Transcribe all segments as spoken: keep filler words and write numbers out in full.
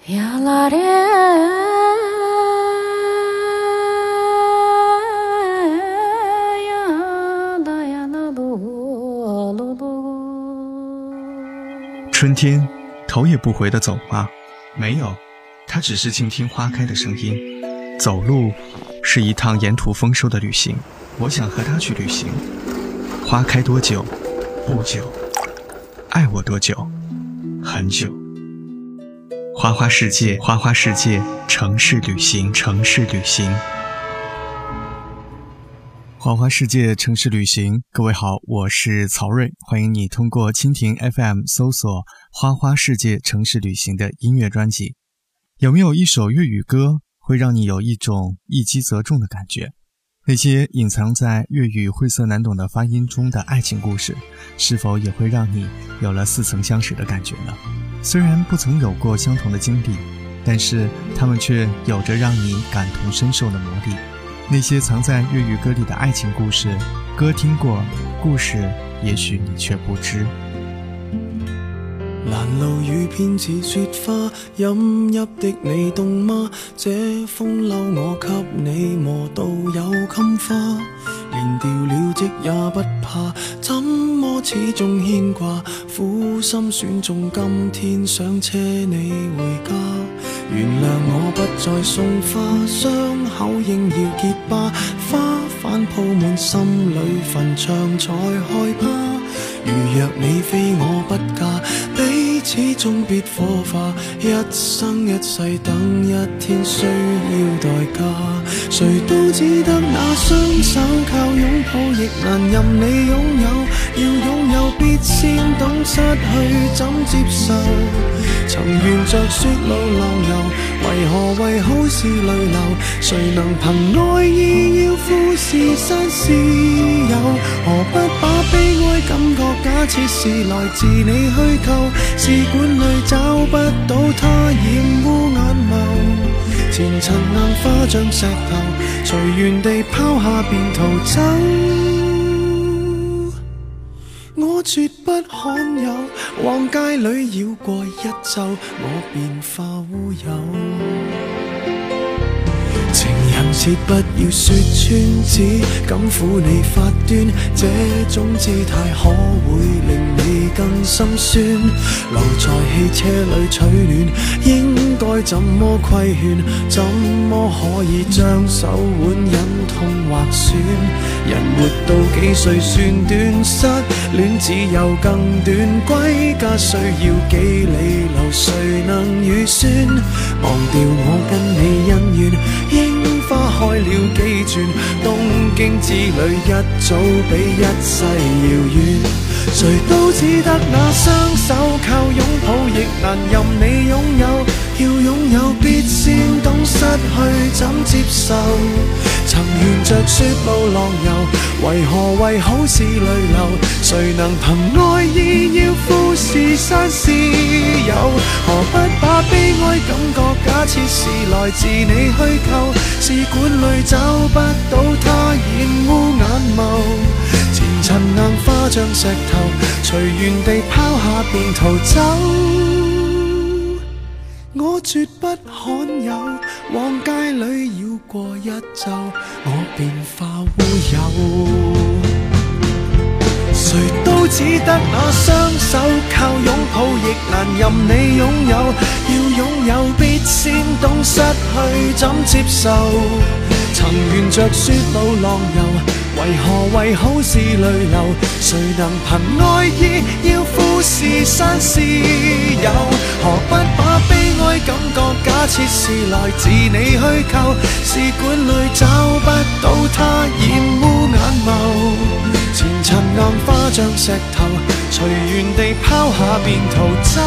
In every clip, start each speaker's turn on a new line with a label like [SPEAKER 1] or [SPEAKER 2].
[SPEAKER 1] 呀啦咧呀啦呀啦噜噜噜。
[SPEAKER 2] 春天头也不回地走吗？没有，它只是倾听花开的声音。走路是一趟沿途丰收的旅行，我想和它去旅行。花开多久？不久。爱我多久？很久。花花世界，花花世界，城市旅行，城市旅行。花花世界，城市旅行。各位好，我是曹睿，欢迎你通过蜻蜓 F M 搜索花花世界城市旅行的音乐专辑。有没有一首粤语歌会让你有一种一击则中的感觉？那些隐藏在粤语晦涩难懂的发音中的爱情故事，是否也会让你有了似曾相识的感觉呢？虽然不曾有过相同的经历，但是他们却有着让你感同身受的魔力。那些藏在粤语歌里的爱情故事，歌听过，故事也许你却不知。
[SPEAKER 3] 拦路雨偏似雪花，饮泣的你冻嗎？這風褸我給你磨到有襟花，連掉了職也不怕，怎麼始終牽掛？苦心選中今天想車你回家，原諒我不再送花，傷口應要結疤，花瓣鋪滿心裏墳場才害怕。如若你非我不嫁，彼此終別火化，一生一世等一天需要代價。誰都只得那雙手靠擁抱，亦難任你擁有。要擁有必先懂失去怎接受。曾沿着雪路浪遊，為何為好事淚流？誰能憑愛意要富士山私有？何不把悲哀感覺假設是來自你虛構？試管裏找不到它染污眼眸，前塵硬化像石頭，隨緣地拋下便逃走。我絕不罕有，往街裏繞過一晝，我便化烏有。情人節不要說穿，只敢撫你發端，這種姿態可會令你更心酸。留在汽車裏取暖，應該怎麼規勸？怎麼可以將手腕忍痛劃損？人活到幾歲算短？失戀只有更短，歸家需要幾里路，誰能預算？忘掉我跟你恩怨，櫻花開了幾轉，東京之旅一早比一世遙遠。誰都只得那雙手靠擁抱，亦難任你擁有。要擁有必先懂失去怎接受。曾沿着雪路浪遊，為何為好事淚流？誰能憑愛意要富士山私有？何不把悲哀感覺假設是來自你虛構？試管裏找不到它染污眼眸，前塵硬化像石頭，隨緣地拋下便逃走。我絕不罕有，往街裏繞過一晝，我便化烏有。誰都只得那雙手靠擁抱，亦難任你擁有。要擁有必先懂失去怎接受。曾沿着雪路浪遊，為何為好事淚流？誰能憑愛意要富士山私有？何不把悲哀感覺假設是來自你虛構？試管裏找不到它染污眼眸，前塵硬化像石頭，隨緣地拋下便逃走。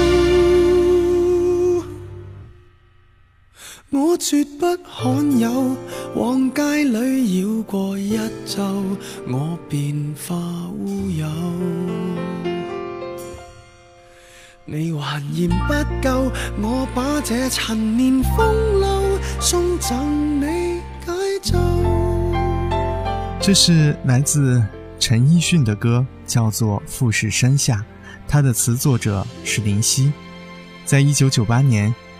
[SPEAKER 3] 我絕不罕有，往街裏繞過一晝，我便化烏有。你還嫌不夠，我把這陳年風流送贈你解咒。
[SPEAKER 2] 这是来自陈奕迅的歌，叫做《富士山下》，它的词作者是林夕。在一九九八年，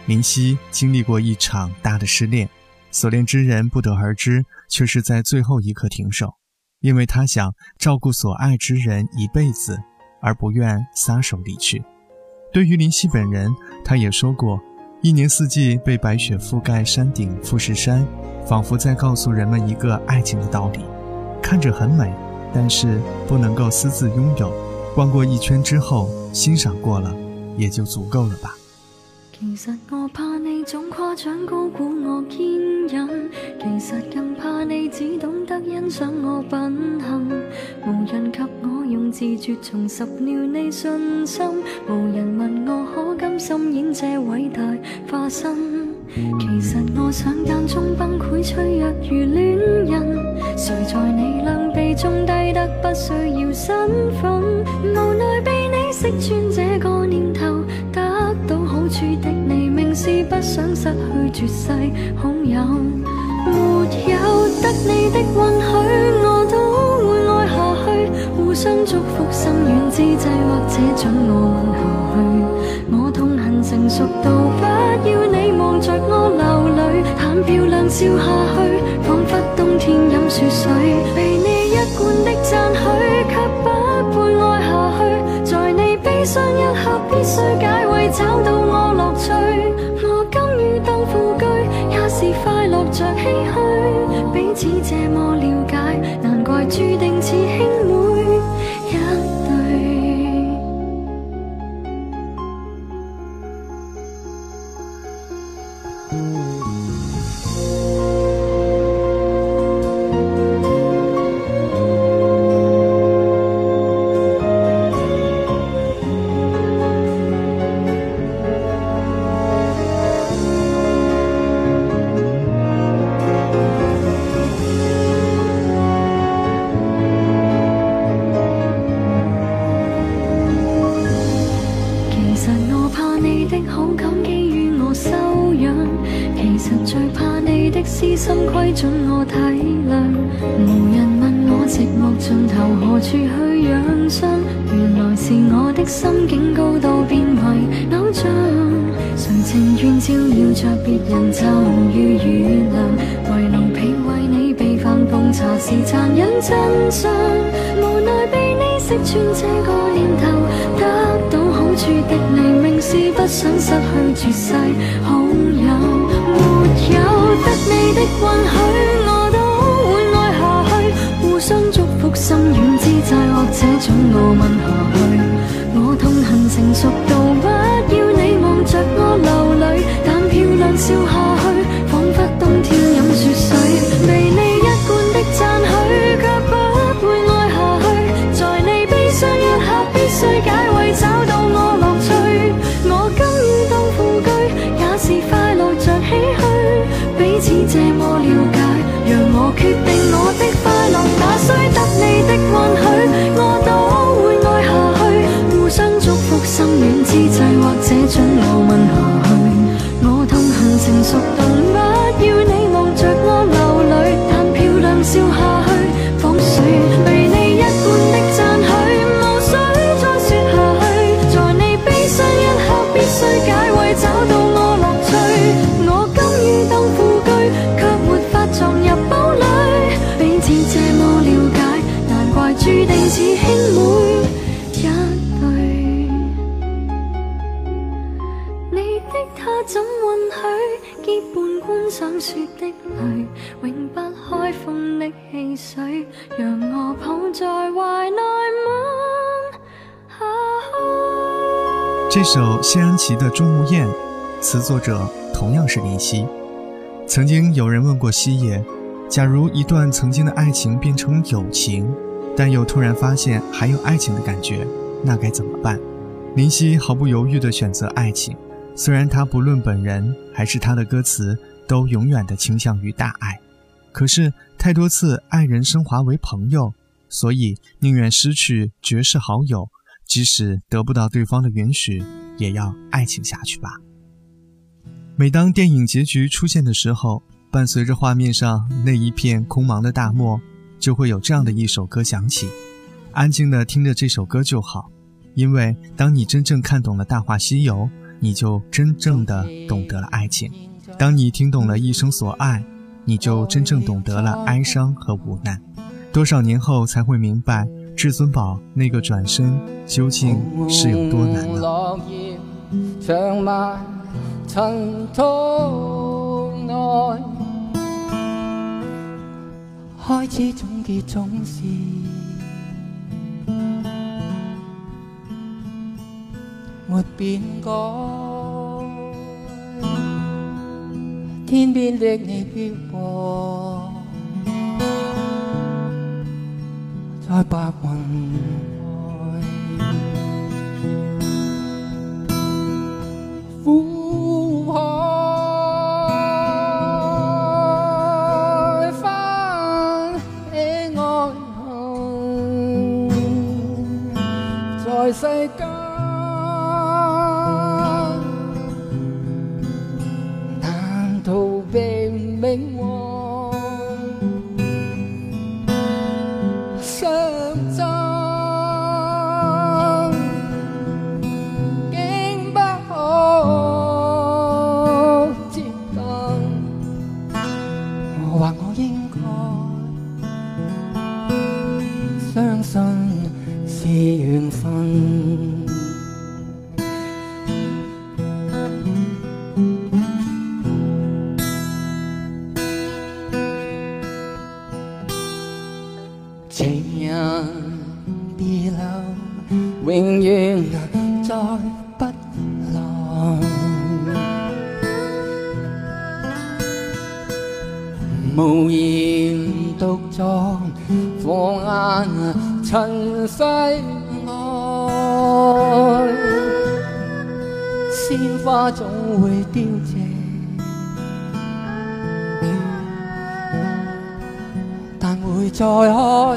[SPEAKER 2] 林夕经历过一场大的失恋，所恋之人不得而知，却是在最后一刻停手，因为他想照顾所爱之人一辈子，而不愿撒手离去。对于林夕本人，他也说过，一年四季被白雪覆盖山顶富士山，仿佛在告诉人们一个爱情的道理，看着很美，但是不能够私自拥有，逛过一圈之后欣赏过了也就足够了吧。
[SPEAKER 1] 其實我怕你總誇獎高估我堅忍，其實更怕你只懂得欣賞我品行，無人及我用字絕重拾了你信心，無人問我可甘心演這偉大化身。其實我想間中崩潰脆弱如戀人，誰在你兩臂中低得不需要身份，無奈被你識穿這個念頭，得到好處的你明是不想失去絕世好友，沒有得你的允許我都會愛下去，互相祝福心軟之際，或者准我吻下去，我痛恨成熟到不要你望着我流淚，淡漂亮笑下去，彷彿冬天飲雪水，被你一貫的讚許卻不配愛下去，在你悲傷一刻必須解圍找到我樂趣，我甘於當副居，也是快樂着唏噓，彼此這麼了解，難怪注定似兄妹一對。私心規准我體諒，無人問我寂寞盡頭何處去養傷，原來是我的心境高到變為偶像，誰情願照耀着別人就於雨涼，為奴婢為你備飯奉茶是殘忍真相，無奈被你識穿這個念頭，得到好處的你明是不想失去絕世好友，沒有得你的允許我都會愛下去，互相祝福心軟之際，或者准我吻下去，我痛恨成熟到不要你望着我流淚，但漂亮笑下去，彷彿冬天飲雪水，被你一貫的讚許卻不會愛下去，在你悲傷一刻必須解圍找到我樂趣，我甘於當副居，也是快樂着唏噓，彼此這麼了解，讓我決定我的快樂哪需得你的允許，我都會愛下去，互相祝福心軟之際，或者准我吻下去，我痛恨成熟到不要你望着我流淚，但漂亮笑下去，仿說被你一貫的讚許，無需再說下去，在你悲傷一刻必須解圍找到我樂趣，我甘於當副居，卻沒法撞入堡壘，彼此這麼了解，難怪注定似兄妹一對。你的他怎允許結伴觀賞雪的淚，永不開封的汽水，讓我抱在懷內吻下去。
[SPEAKER 2] 這首謝安琪的《鍾無艷》，詞作者同樣是林夕。曾經有人問過夕爺，假如一段曾經的愛情變成友情，但又突然發現還有愛情的感覺，那該怎麼辦？林夕毫不猶豫地選擇愛情，雖然他不論本人還是他的歌詞都永遠地傾向於大愛，可是太多次愛人升華為朋友，所以寧願失去絕世好友，即使得不到對方的允許，也要愛情下去吧。每當電影結局出現的時候，伴隨着畫面上那一片空茫的大漠，就會有這樣的一首歌響起，安靜地聽着這首歌就好，因為當你真正看懂了大話西遊， 你就真正的懂得了爱情。当你听懂了一生所爱，你就真正懂得了哀伤和无奈。多少年后才会明白，至尊宝那个转身究竟是有多难呢？
[SPEAKER 4] 落葉長埋塵土內，開始總結總是沒變改，天邊的你飄過在白雲外，苦海翻起愛恨，在世間難逃避冥王相爭，竟不可接近。我或我應該相信是緣分。情人別留，永遠再不來。無言獨坐，放眼塵世外，鮮花總會凋謝，但會再開。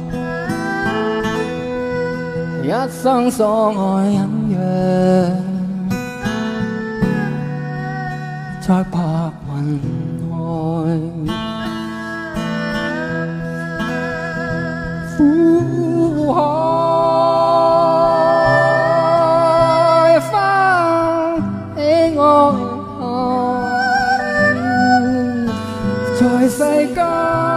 [SPEAKER 4] 一生所愛隱約，在白雲外，苦海翻起愛恨，在世間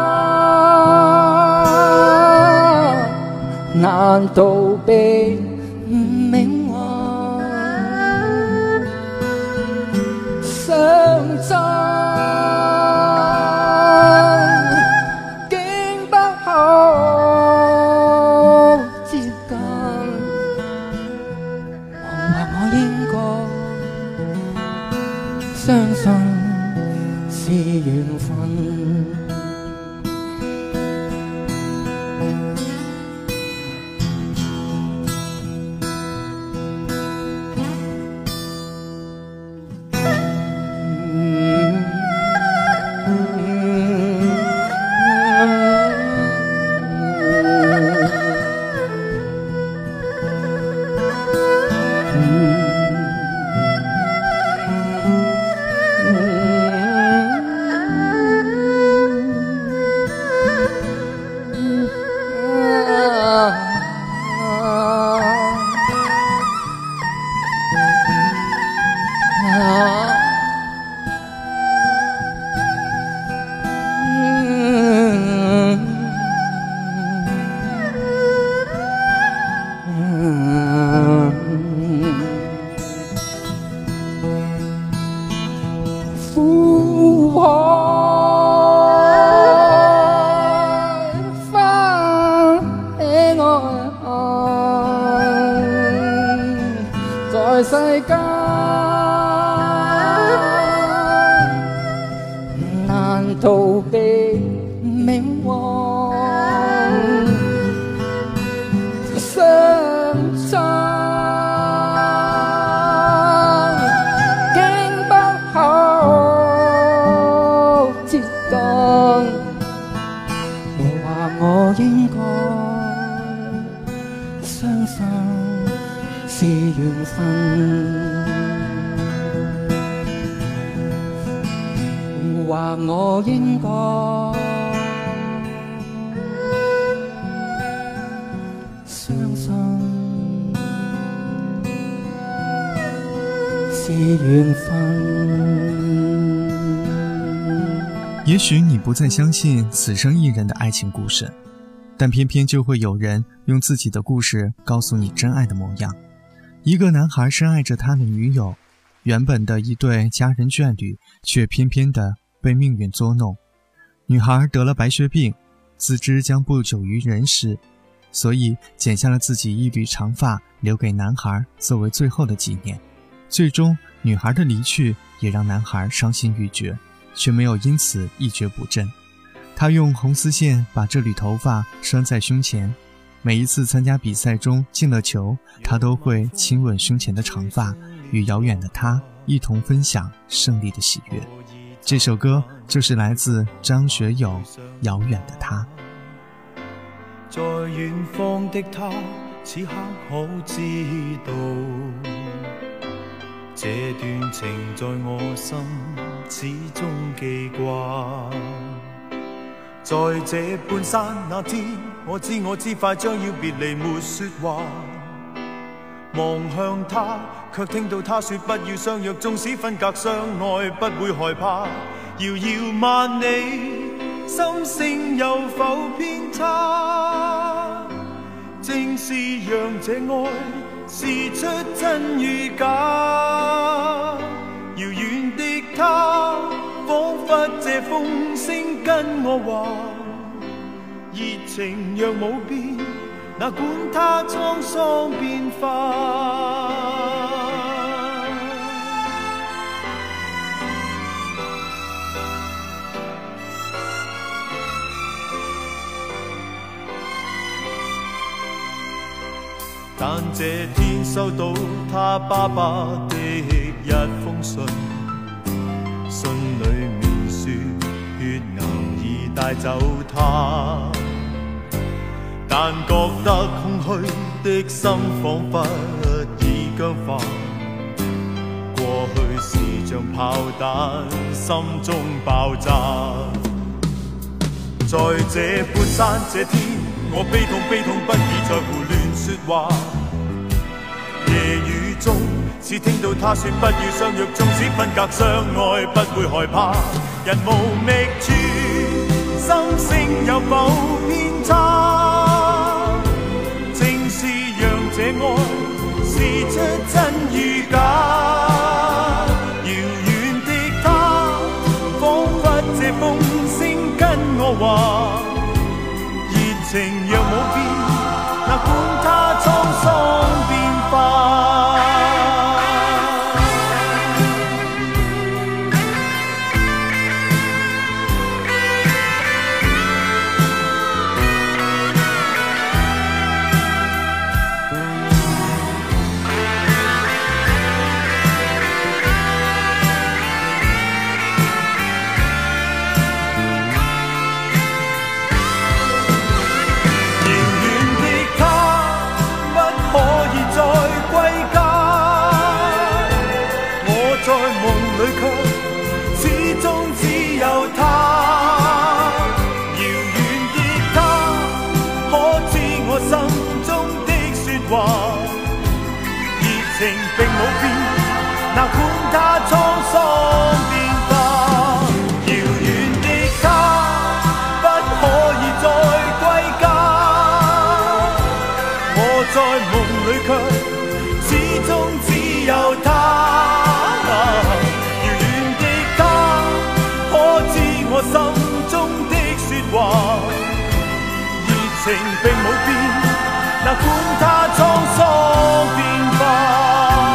[SPEAKER 4] 難逃避冥王相爭，竟不可接近。或我應該相信是緣分。苦海翻起愛恨，在世間難逃避冥王相爭。我應該相信是緣分，或我應該相信緣分。
[SPEAKER 2] 也許你不再相信此生一人的愛情故事，但偏偏就會有人用自己的故事告訴你真愛的模樣。一個男孩深愛着他的女友，原本的一對家人眷侶，卻偏偏的被命運捉弄。女孩得了白血病，自知將不久於人世，所以剪下了自己一縷長髮，留給男孩作為最後的紀念。最終女孩的離去也讓男孩傷心欲絕，卻沒有因此一蹶不振。他用紅絲線把這縷頭髮拴在胸前，每一次參加比賽中進了球，他都會親吻胸前的長髮，與遙遠的他一同分享勝利的喜悅。這首歌就是來自張學友《遙遠的他》。
[SPEAKER 3] 在遠方的他，此刻可知道，這段情在我心始終記掛。在這半山那天，我知我知快將要別離，沒說話。望向他，卻聽到他說不要相約，縱使分隔相愛，不會害怕。遙遙萬里，心聲有否偏差？正是讓這愛試出真與假。遙遠的他，彷彿這風聲跟我話，熱情若冇變，哪管它滄桑變化。但這天收到他爸爸的一封信，信裏面說血癌已帶走他，但覺得空虛的心彷彿已僵化。過去是像炮彈，心中爆炸。在這半山這天，我悲痛悲痛不已再胡亂說話。夜雨中只聽到他說不要相約，縱使分隔相愛不會害怕。人無覓處，心聲有否偏差？正是讓這愛試出真與假。遙遠的他，彷彿這風聲跟我話，熱情若冇變，哪管它滄桑變化。並冇變，哪管它滄桑變化。遙遠的他，不可以再歸家。我在夢裏卻始終只有他。遙遠的他，可知我心中的説話？熱情並冇變，哪管它滄桑變化。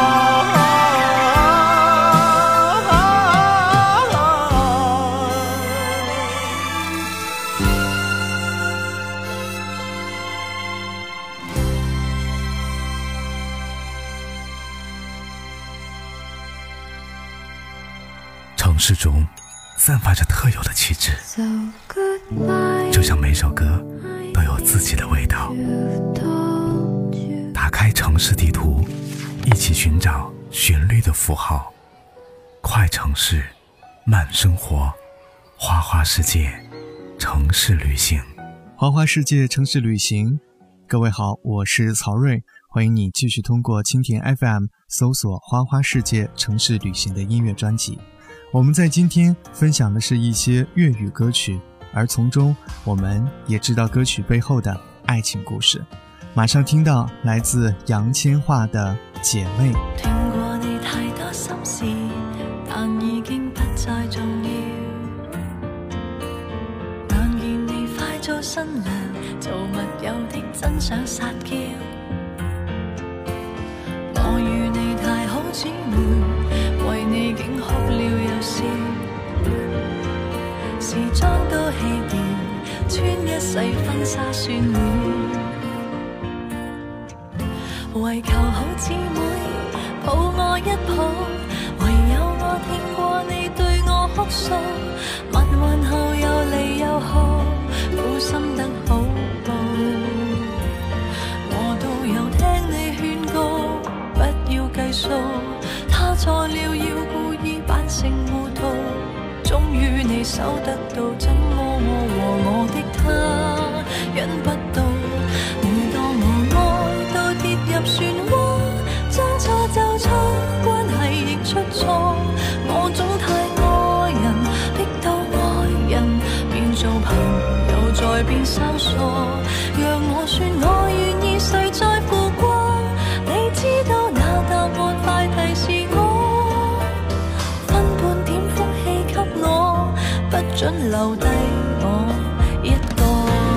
[SPEAKER 5] 城市中散发着特有的气质，就像每首歌都有自己的味道。打开城市地图，一起寻找旋律的符号。快城市，慢生活，花花世界，城市旅行。
[SPEAKER 2] 花花世界，城市旅行。各位好，我是曹睿， 欢迎你继续通过蜻蜓 F M 搜索花花世界城市旅行的音乐专辑。我们在今天分享的是一些粤语歌曲，而从中我们也知道歌曲背后的爱情故事。马上听到来自杨千嬅的姐妹。
[SPEAKER 1] 聽過你太多心事，但已經不再重要。眼見你快做新娘，做密友的真想撒嬌。我與你太好姊妹，為你竟哭了又笑。時裝都棄掉，穿一世婚紗算了。為求好姊妹抱我一抱，唯有我聽過你對我哭訴，蜜運後又離又好，苦心得好報。我都有聽你勸告，不要計數，他錯了要故意扮成糊塗，終於你收得到，怎麼我和我的他忍不到？每當我愛到跌入漩渦，將錯就錯，關係亦出錯，我總太愛人，逼到愛人變做朋友再變生疏。若我說我願意，誰在乎過？你知道那答案快提示我，分半點福氣給我，不准留低我一個。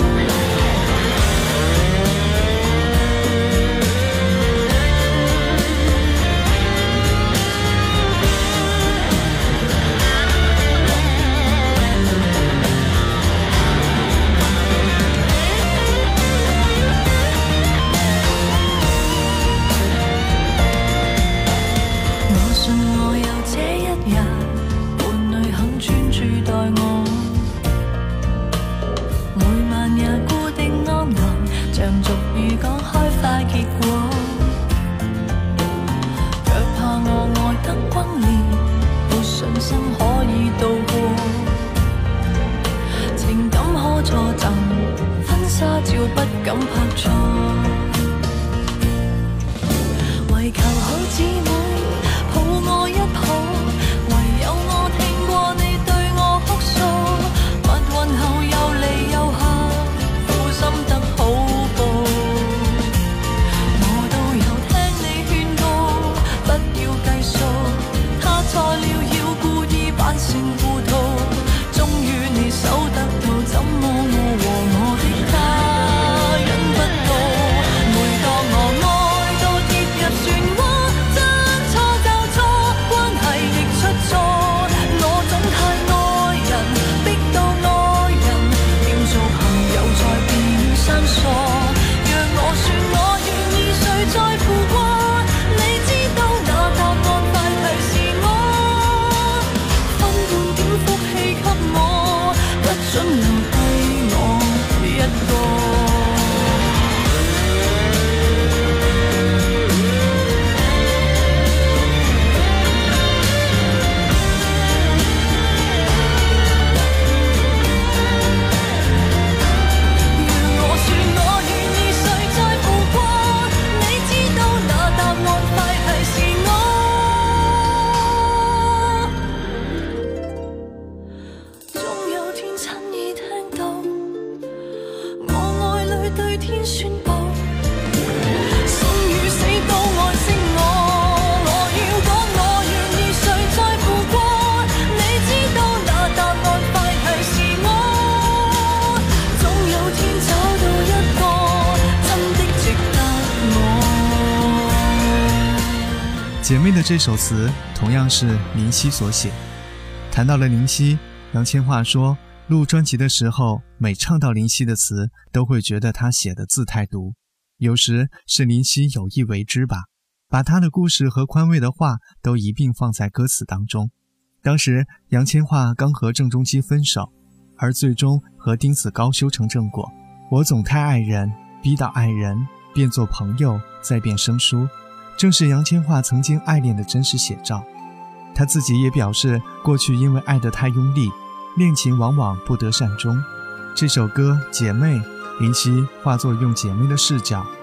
[SPEAKER 2] 姐妹的这首词同样是林夕所写。谈到了林夕，杨千嬅说，录专辑的时候，每唱到林夕的词，都会觉得她写的字太毒。有时是林夕有意为之吧，把她的故事和宽慰的话都一并放在歌词当中。当时杨千嬅刚和郑中基分手，而最终和丁子高修成正果。我总太爱人，逼到爱人，变做朋友，再变生疏，正是杨千嬅曾经爱恋的真实写照。她自己也表示，过去因为爱得太用力，恋情往往不得善终。这首歌《姐妹》，林夕化作用姐妹的视角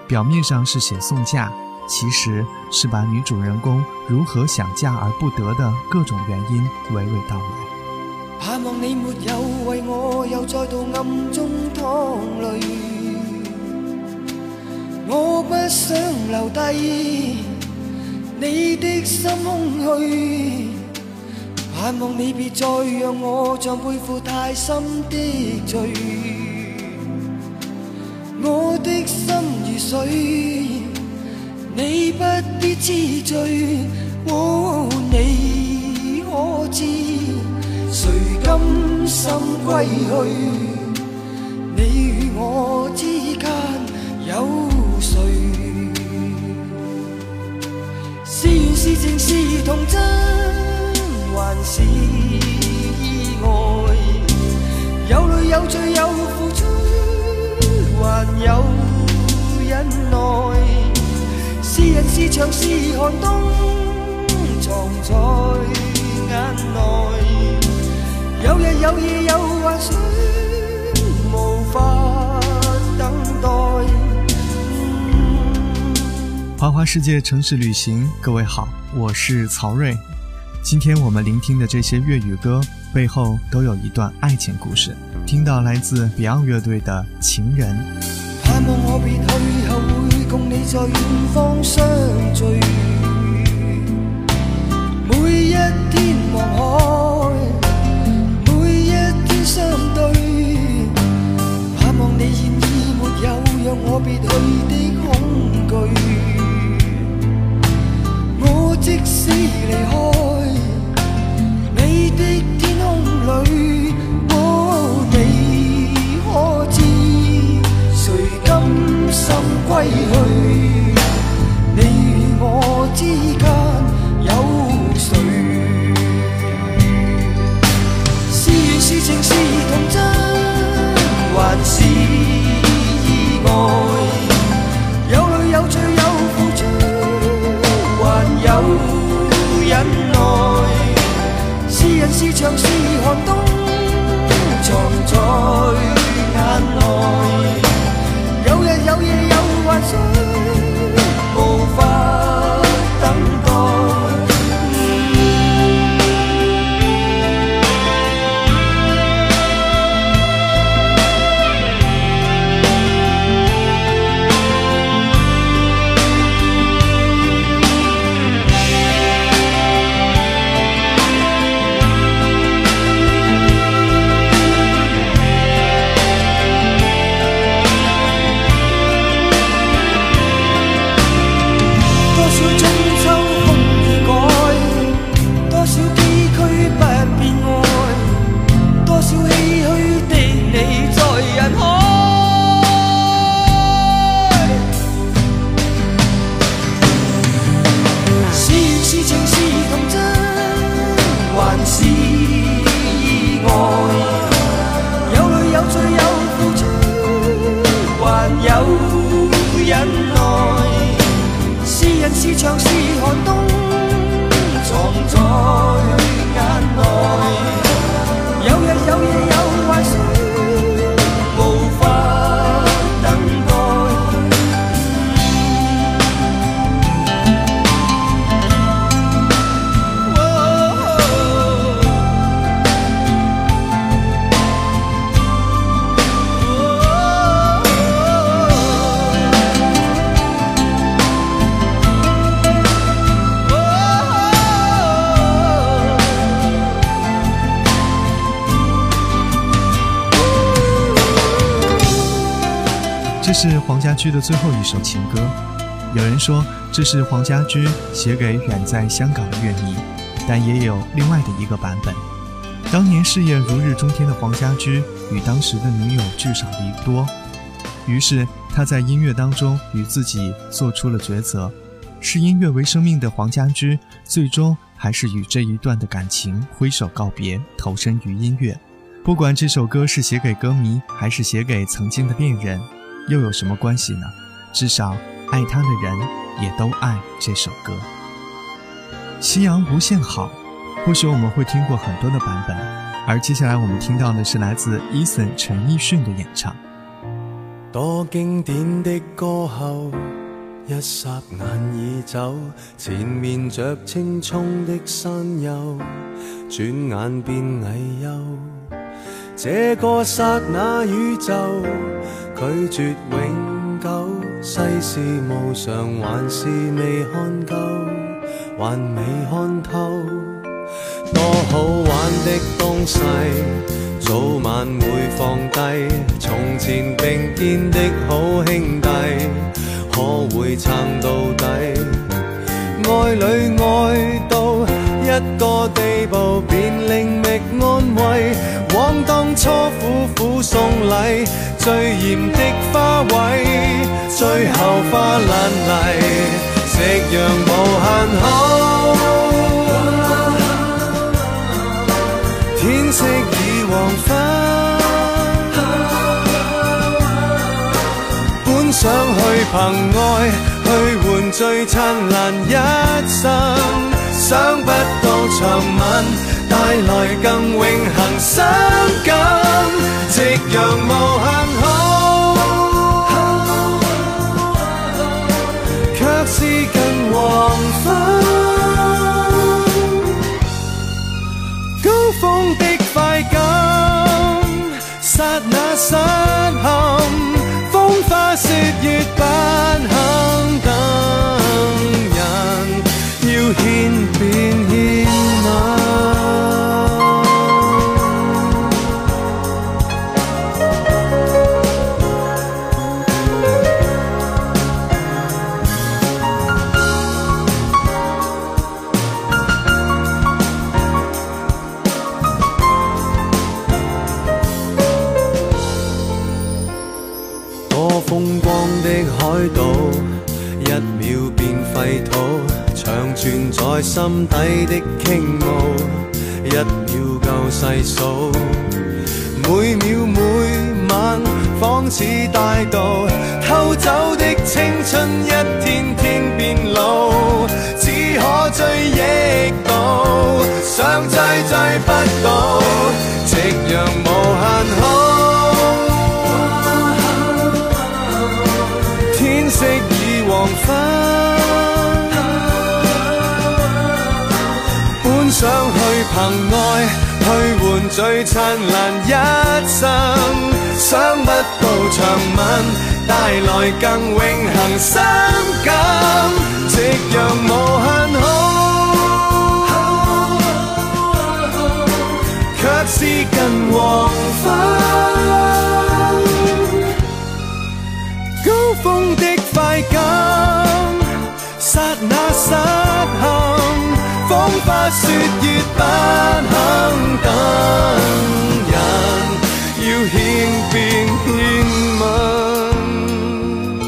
[SPEAKER 2] 表面上是写送嫁，其实是把女主人公如何想嫁而不得的各种原因娓娓道来。
[SPEAKER 3] 盼望你沒有為我又再度暗中淌淚，我不想留低你的心空虛，盼望你別再讓我像背負太深的罪，我的心如水，你不必知罪，哦，你可知誰甘心歸去？你與我之間有誰？是緣是情是童真，還是意外？有淚有罪有付出，還有忍耐。是人是牆是寒冬，藏在眼內。有日有夜有幻想，無法等待。
[SPEAKER 2] 花花世界城市旅行，各位好，我是曹睿。今天我们聆听的这些粤語歌背後都有一段愛情故事，聽到來自 Beyond 樂隊的情人。
[SPEAKER 3] 盼望我別去後會共你在遠方相聚，每一天望海，每一天相對，盼望你現已沒有讓我別去的恐懼，我即使離開你的天空裏，哦，你可知誰甘心歸去？你與我之間有誰？是緣是情是童真，還是意外？有淚有罪有付出，還有忍耐。是人是牆是寒冬，藏在眼內。有日有夜有幻想，無法等待。是牆是寒冬，藏在眼內。有日有夜有幻想，無法等待。
[SPEAKER 2] 这是黄家驹的最后一首情歌，有人说这是黄家驹写给远在香港的乐迷，但也有另外的一个版本。当年事业如日中天的黄家驹与当时的女友聚少离多，于是他在音乐当中与自己做出了抉择，视音乐为生命的黄家驹最终还是与这一段的感情挥手告别，投身于音乐。不管这首歌是写给歌迷还是写给曾经的恋人，又有什么关系呢？至少爱他的人也都爱这首歌。夕阳无限好，或许我们会听过很多的版本，而接下来我们听到的是来自 Eason 陈奕迅的演唱。
[SPEAKER 3] 多經典的歌後，一霎眼已走，前面着青蔥的山丘，轉眼變危憂。這個剎那宇宙，拒絕永久，世事無常，還是未看夠，還未看透。多好玩的東西，早晚會放低。從前並肩的好兄弟，可會撐到底？愛侶愛到一個地步，便另覓安慰。往當初苦苦送禮，最嚴的花卉，最後花爛泥，夕陽無限好。天色已黃昏，本想去憑愛去換最燦爛一生，想不到長吻帶來更永恆傷感，夕陽無限好，卻是近黃昏。高峰的快感，剎那失陷，風花雪月不肯等人，要獻便獻吻。風光的海島，一秒變廢土，長存在心底的傾慕，一秒夠細數。每秒每晚仿似大道，偷走的青春一天天變老，只可追憶到，想追追不到，夕陽無限好。天色已黃昏，本想去憑愛去換最燦爛一生，想不到長吻帶來更永恆傷感，夕陽無限好，卻是近黃昏。高峰的快感，剎那失陷，風花雪月不肯等人，要獻便獻吻。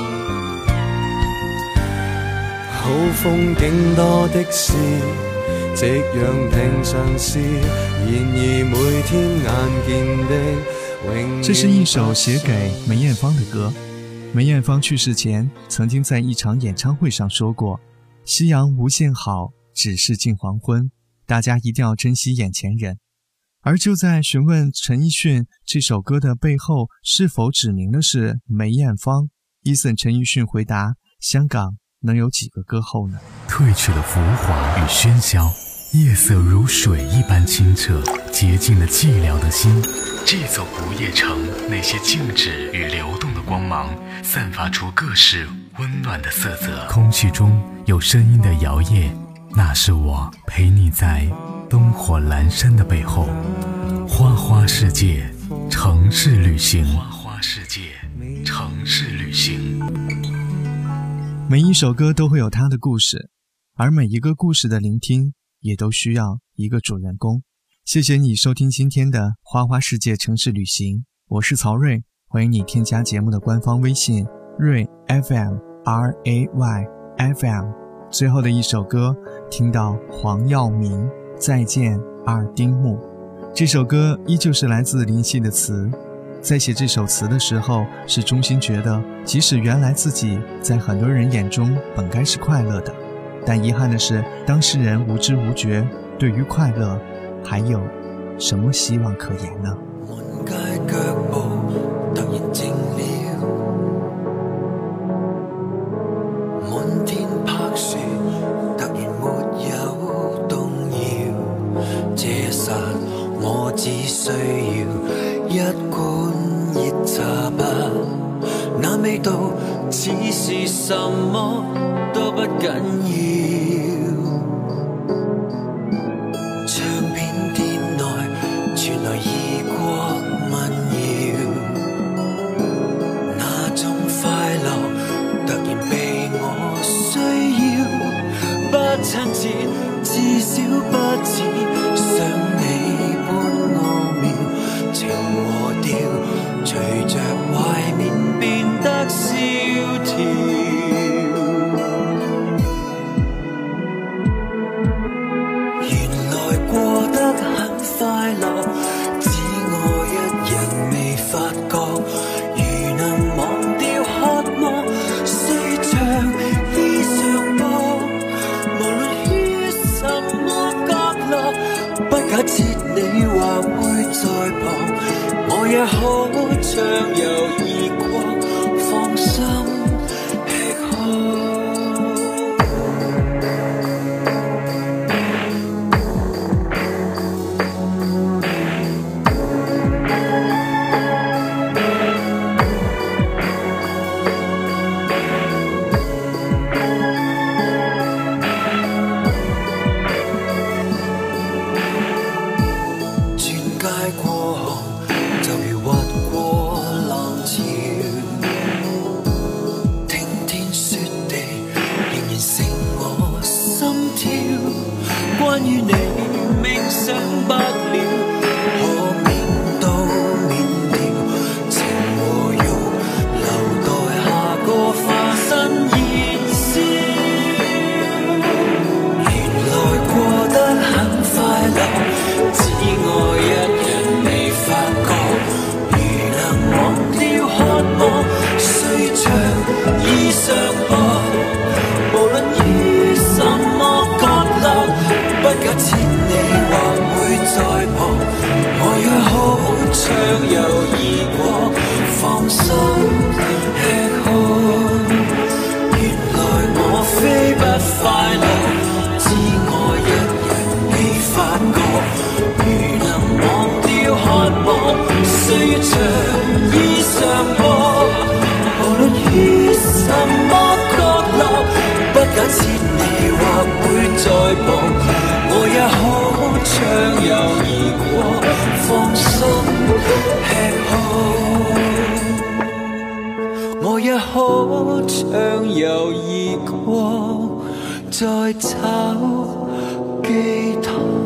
[SPEAKER 3] 好風景多的是，夕陽平常事，然而每天眼見的永遠。
[SPEAKER 2] 这是一首写给梅艳芳的歌。梅艳芳去世前曾经在一场演唱会上说过，夕阳无限好，只是近黄昏，大家一定要珍惜眼前人。而就在询问陈奕迅这首歌的背后是否指明的是梅艳芳，伊森陈奕迅回答，香港能有几个歌后呢？
[SPEAKER 5] 褪去了浮华与喧嚣，夜色如水一般清澈，洁净了寂寥的心。这座不夜城，那些静止与流动的光芒，散发出各式温暖的色泽。空气中有声音的摇曳，那是我陪你在灯火阑珊的背后。花花世界，城市旅行。花花世界，城市旅行。
[SPEAKER 2] 每一首歌都会有它的故事，而每一个故事的聆听也都需要一个主人公。谢谢你收听今天的花花世界城市旅行，我是曹睿，欢迎你添加节目的官方微信睿 F M R A Y F M。 最后的一首歌听到黄耀明再见二丁目，这首歌依旧是来自林夕的词。在写这首词的时候，是衷心觉得即使原来自己在很多人眼中本该是快乐的，但遺憾的是當事人無知無覺，對於快樂還有什麼希望可言呢？
[SPEAKER 3] 滿街腳步突然靜了， 我只需要一罐熱茶吧，那味道似是什麼都不緊要。唱片店內傳來異國民謠，那種快樂突然被我需要，不親切，至少不似想你般奧妙，情和調隨着懷緬變得蕭條。原來過得很快樂，只我一人未發覺，如能忘掉渴望，雖像衣裳薄，無論於什麼角落，不假設你或會在旁，我也可暢遊異國，放心吃喝。關於你冥想不了，可免都免掉，情和欲留待下個化身燃燒。原來過得很快樂，只我一人未發覺，如能忘掉渴望，雖像衣裳薄，無論於什麼角落，不假設你或會在旁，我也好暢遊異國，放心吃喝。原來我非不快樂，只我一人未發覺，如能忘掉渴望，雖像衣裳薄，無論於什麼角落，不假設你或會在旁，我也可暢遊異國，放心吃喝。我也可暢遊異國，再找寄託。